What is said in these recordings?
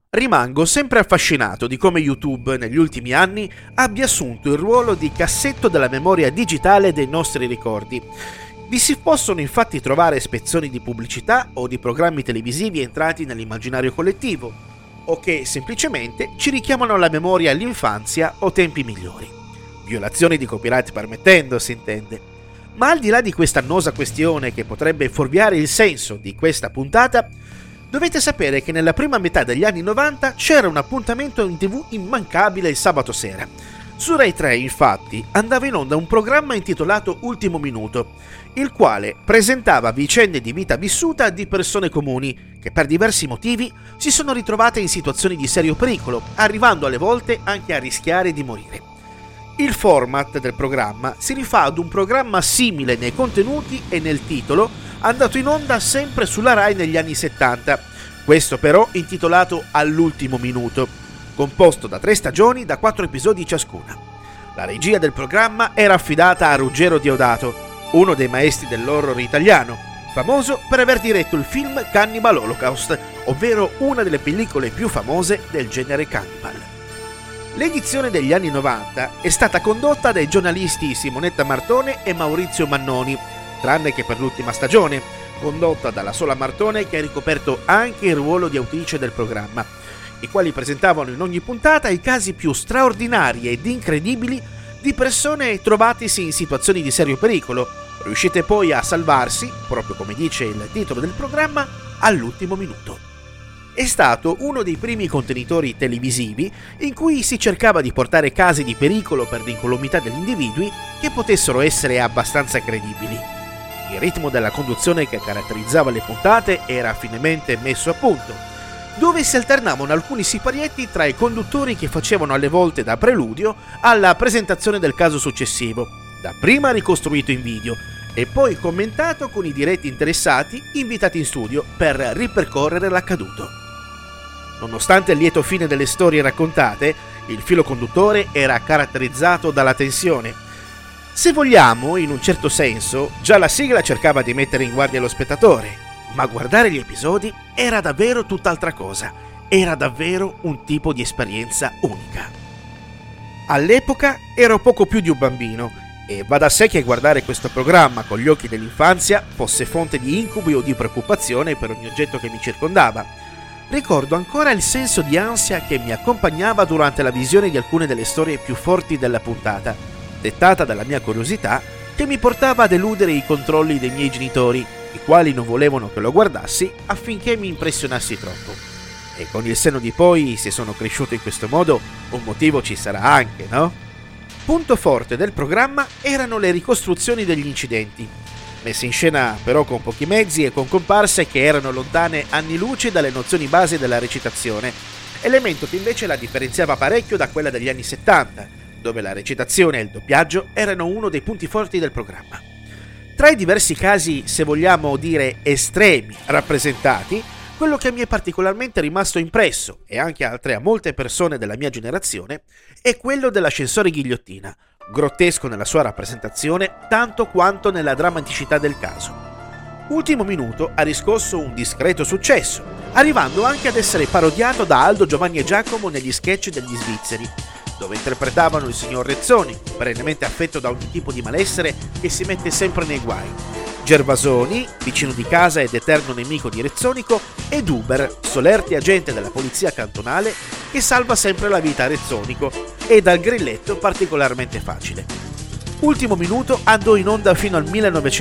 Rimango sempre affascinato di come YouTube negli ultimi anni abbia assunto il ruolo di cassetto della memoria digitale dei nostri ricordi. Vi si possono infatti trovare spezzoni di pubblicità o di programmi televisivi entrati nell'immaginario collettivo, o che semplicemente ci richiamano alla memoria l'infanzia o tempi migliori. Violazioni di copyright permettendo, si intende. Ma al di là di questa annosa questione che potrebbe fuorviare il senso di questa puntata, dovete sapere che nella prima metà degli anni 90 c'era un appuntamento in TV immancabile il sabato sera. Su Rai 3, infatti, andava in onda un programma intitolato Ultimo Minuto, il quale presentava vicende di vita vissuta di persone comuni che per diversi motivi si sono ritrovate in situazioni di serio pericolo, arrivando alle volte anche a rischiare di morire. Il format del programma si rifà ad un programma simile nei contenuti e nel titolo, andato in onda sempre sulla Rai negli anni 70, questo però intitolato All'ultimo minuto, composto da 3 stagioni da 4 episodi ciascuna. La regia del programma era affidata a Ruggero Diodato, uno dei maestri dell'horror italiano, famoso per aver diretto il film Cannibal Holocaust, ovvero una delle pellicole più famose del genere cannibal. L'edizione degli anni 90 è stata condotta dai giornalisti Simonetta Martone e Maurizio Mannoni, tranne che per l'ultima stagione, condotta dalla sola Martone che ha ricoperto anche il ruolo di autrice del programma, i quali presentavano in ogni puntata i casi più straordinari ed incredibili di persone trovatesi in situazioni di serio pericolo, riuscite poi a salvarsi, proprio come dice il titolo del programma, all'ultimo minuto. È stato uno dei primi contenitori televisivi in cui si cercava di portare casi di pericolo per l'incolumità degli individui che potessero essere abbastanza credibili. Il ritmo della conduzione che caratterizzava le puntate era finemente messo a punto, dove si alternavano alcuni siparietti tra i conduttori che facevano alle volte da preludio alla presentazione del caso successivo, dapprima ricostruito in video e poi commentato con i diretti interessati invitati in studio per ripercorrere l'accaduto. Nonostante il lieto fine delle storie raccontate, il filo conduttore era caratterizzato dalla tensione. Se vogliamo, in un certo senso, già la sigla cercava di mettere in guardia lo spettatore, ma guardare gli episodi era davvero tutt'altra cosa, era davvero un tipo di esperienza unica. All'epoca ero poco più di un bambino e va da sé che guardare questo programma con gli occhi dell'infanzia fosse fonte di incubi o di preoccupazione per ogni oggetto che mi circondava. Ricordo ancora il senso di ansia che mi accompagnava durante la visione di alcune delle storie più forti della puntata, dettata dalla mia curiosità che mi portava ad eludere i controlli dei miei genitori, i quali non volevano che lo guardassi affinché mi impressionassi troppo. E con il senno di poi, se sono cresciuto in questo modo, un motivo ci sarà anche, no? Punto forte del programma erano le ricostruzioni degli incidenti, messe in scena però con pochi mezzi e con comparse che erano lontane anni luce dalle nozioni base della recitazione, elemento che invece la differenziava parecchio da quella degli anni 70, dove la recitazione e il doppiaggio erano uno dei punti forti del programma. Tra i diversi casi, se vogliamo dire estremi, rappresentati, quello che mi è particolarmente rimasto impresso, e anche altre a molte persone della mia generazione, è quello dell'ascensore ghigliottina, grottesco nella sua rappresentazione tanto quanto nella drammaticità del caso. Ultimo Minuto ha riscosso un discreto successo, arrivando anche ad essere parodiato da Aldo, Giovanni e Giacomo negli sketch degli Svizzeri, dove interpretavano il signor Rezzoni, perennemente affetto da ogni tipo di malessere che si mette sempre nei guai, Gervasoni, vicino di casa ed eterno nemico di Rezzonico, ed Uber, solerte agente della polizia cantonale che salva sempre la vita a Rezzonico e dal grilletto particolarmente facile. Ultimo Minuto andò in onda fino al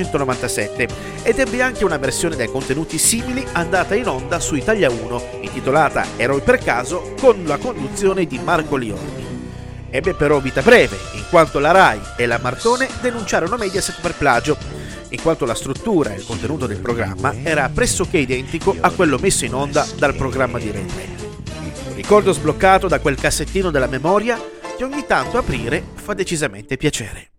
1997 ed ebbe anche una versione dai contenuti simili andata in onda su Italia 1, intitolata Eroi per caso, con la conduzione di Marco Liordi. Ebbe però vita breve, in quanto la Rai e la Martone denunciarono Mediaset per plagio, in quanto la struttura e il contenuto del programma era pressoché identico a quello messo in onda dal programma di Rete. Un ricordo sbloccato da quel cassettino della memoria che ogni tanto aprire fa decisamente piacere.